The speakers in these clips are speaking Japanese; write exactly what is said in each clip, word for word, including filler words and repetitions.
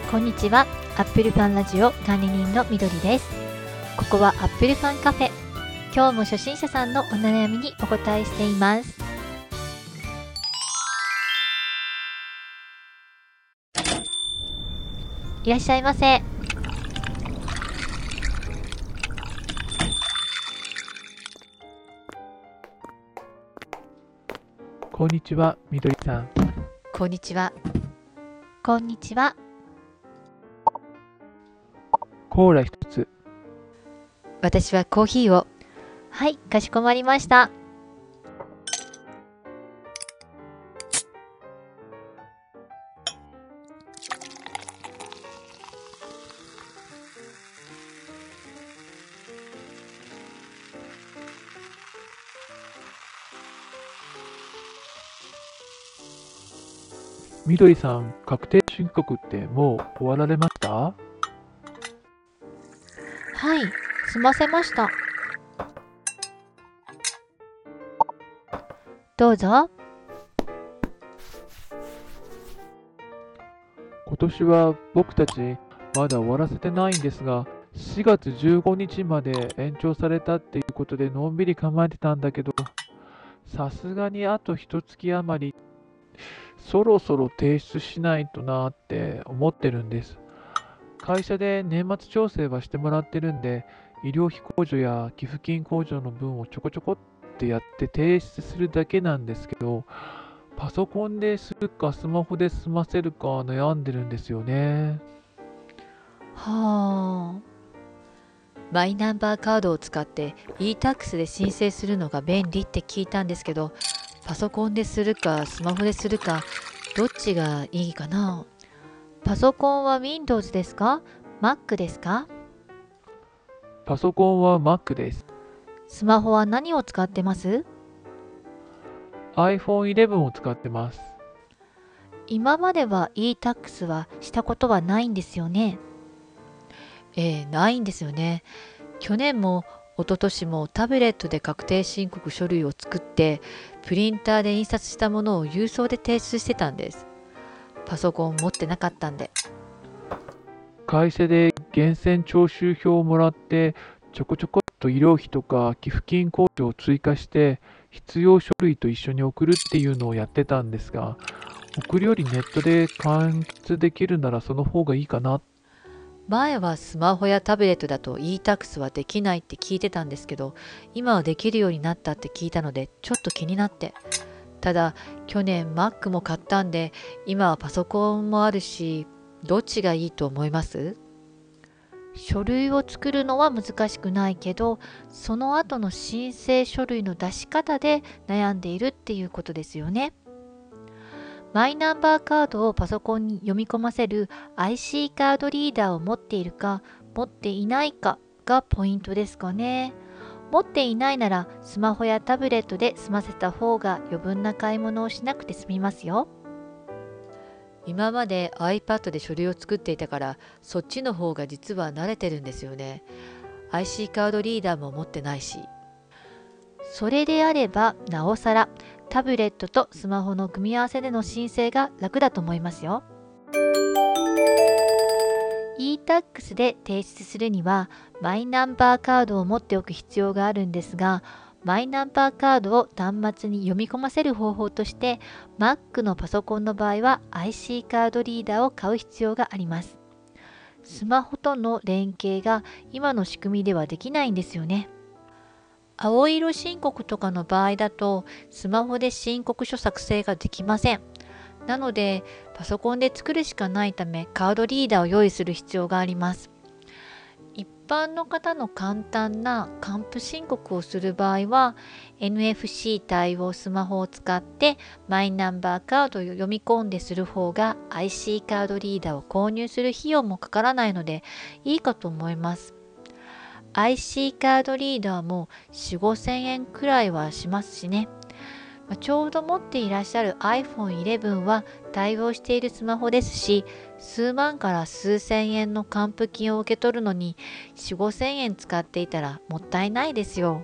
こんにちは。アップルファンラジオ管理人のみどりです。ここはアップルファンカフェ。今日も初心者さんのお悩みにお答えしています。いらっしゃいませ。 こんにちは、みどりさん。 こんにちは。こんにちは。 コーラ一つ。 私はコーヒーを。はい、かしこまりました。 みどりさん、確定申告ってもう終わられました？ はい、済ませました。どうぞ。 今年は僕たちまだ終わらせてないんですが、しがつじゅうごにちまで延長されたっていうことでのんびり構えてたんだけど、さすがにあと一月余り、そろそろ提出しないとなって思ってるんです。会社で年末調整はしてもらってるんで、医療費控除や寄付金控除の分をちょこちょこってやって提出するだけなんですけど、パソコンでするかスマホで済ませるか悩んでるんですよね。 はあ。マイナンバーカードを使って イータックス で申請するのが便利って聞いたんですけど、パソコンでするかスマホでするかどっちがいいかな。パソコンは Windows ですか？ Mac ですか？ パソコンは Mac です。 スマホは何を使ってます？ アイフォンイレブン を使ってます。 今までは イータックス はしたことはないんですよね。えー、ないんですよね。去年も一昨年もタブレットで確定申告書類を作ってプリンターで印刷したものを郵送で提出してたんです。パソコン持ってなかったんで。 会社で源泉徴収票をもらって、ちょこちょこっと医療費とか寄付金控除を追加して、必要書類と一緒に送るっていうのをやってたんですが、送るよりネットで完結できるならその方がいいかな。 前はスマホやタブレットだと イータックス はできないって聞いてたんですけど、今はできるようになったって聞いたのでちょっと気になって。ただ去年 Mac も買ったんで、今はパソコンもあるし、どっちがいいと思います？書類を作るのは難しくないけど、その後の申請書類の出し方で悩んでいるっていうことですよね。マイナンバーカードをパソコンに読み込ませる アイシー カードリーダーを持っているか持っていないかがポイントですかね。持っていないならスマホやタブレットで済ませた方が余分な買い物をしなくて済みますよ。今まで iPad で書類を作っていたから、そっちの方が実は慣れてるんですよね。アイシー カードリーダーも持ってないし。それであればなおさらタブレットとスマホの組み合わせでの申請が楽だと思いますよ。イータックス で提出するにはマイナンバーカードを持っておく必要があるんですが、マイナンバーカードを端末に読み込ませる方法として Mac のパソコンの場合は アイシー カードリーダーを買う必要があります。スマホとの連携が今の仕組みではできないんですよね。青色申告とかの場合だとスマホで申告書作成ができません。なのでパソコンで作るしかないためカードリーダーを用意する必要があります。一般の方の簡単な還付申告をする場合は エヌエフシー 対応スマホを使ってマイナンバーカードを読み込んでする方が アイシー カードリーダーを購入する費用もかからないのでいいかと思います。アイシー カードリーダーもよん、ごせんえんくらいはしますしね。ちょうど持っていらっしゃる アイフォンイレブン は対応しているスマホですし、数万から数千円の還付金を受け取るのによん、ごせんえん使っていたらもったいないですよ。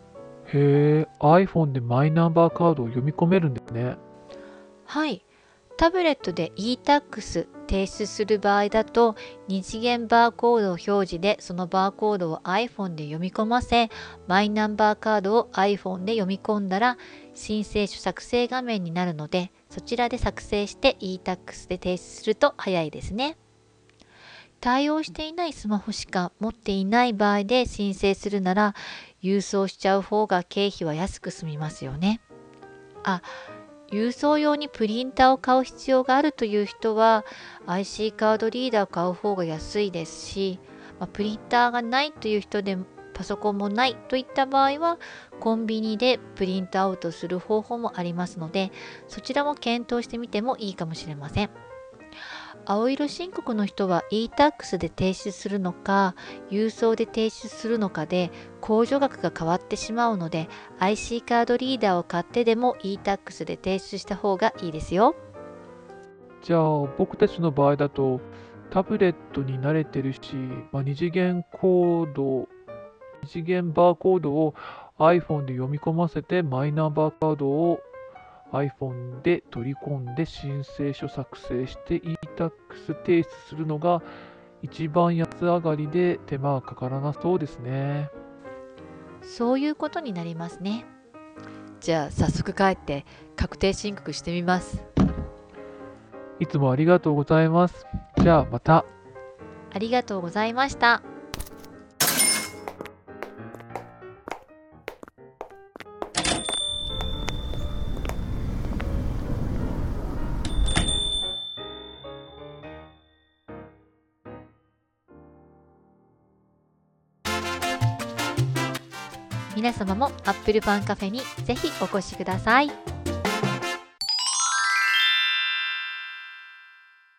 へえ、iPhone でマイナンバーカードを読み込めるんですね。 はい。 タブレットで イータックス 提出する場合だと、二次元バーコード表示でそのバーコードを iPhone で読み込ませ、マイナンバーカードを iPhone で読み込んだら申請書作成画面になるので、そちらで作成して イータックス で提出すると早いですね。対応していないスマホしか持っていない場合で申請するなら、郵送しちゃう方が経費は安く済みますよね。あ、郵送用にプリンターを買う必要があるという人は アイシー カードリーダーを買う方が安いですし、まあ、プリンターがないという人でパソコンもないといった場合はコンビニでプリントアウトする方法もありますので、そちらも検討してみてもいいかもしれません。青色申告の人は イータックス で提出するのか郵送で提出するのかで控除額が変わってしまうので、 アイシー カードリーダーを買ってでも イータックス で提出した方がいいですよ。 じゃあ僕たちの場合だとタブレットに慣れてるし、まあ、二次元コード、二次元バーコードを iPhone で読み込ませてマイナンバーカードを iPhone で取り込んで申請書作成して イータックス 提出するのが一番安上がりで手間がかからなそうですね。 そういうことになりますね。じゃあ早速帰って確定申告してみます。 いつもありがとうございます。じゃあまた。 ありがとうございました。皆様もアップルファンカフェにぜひお越しください。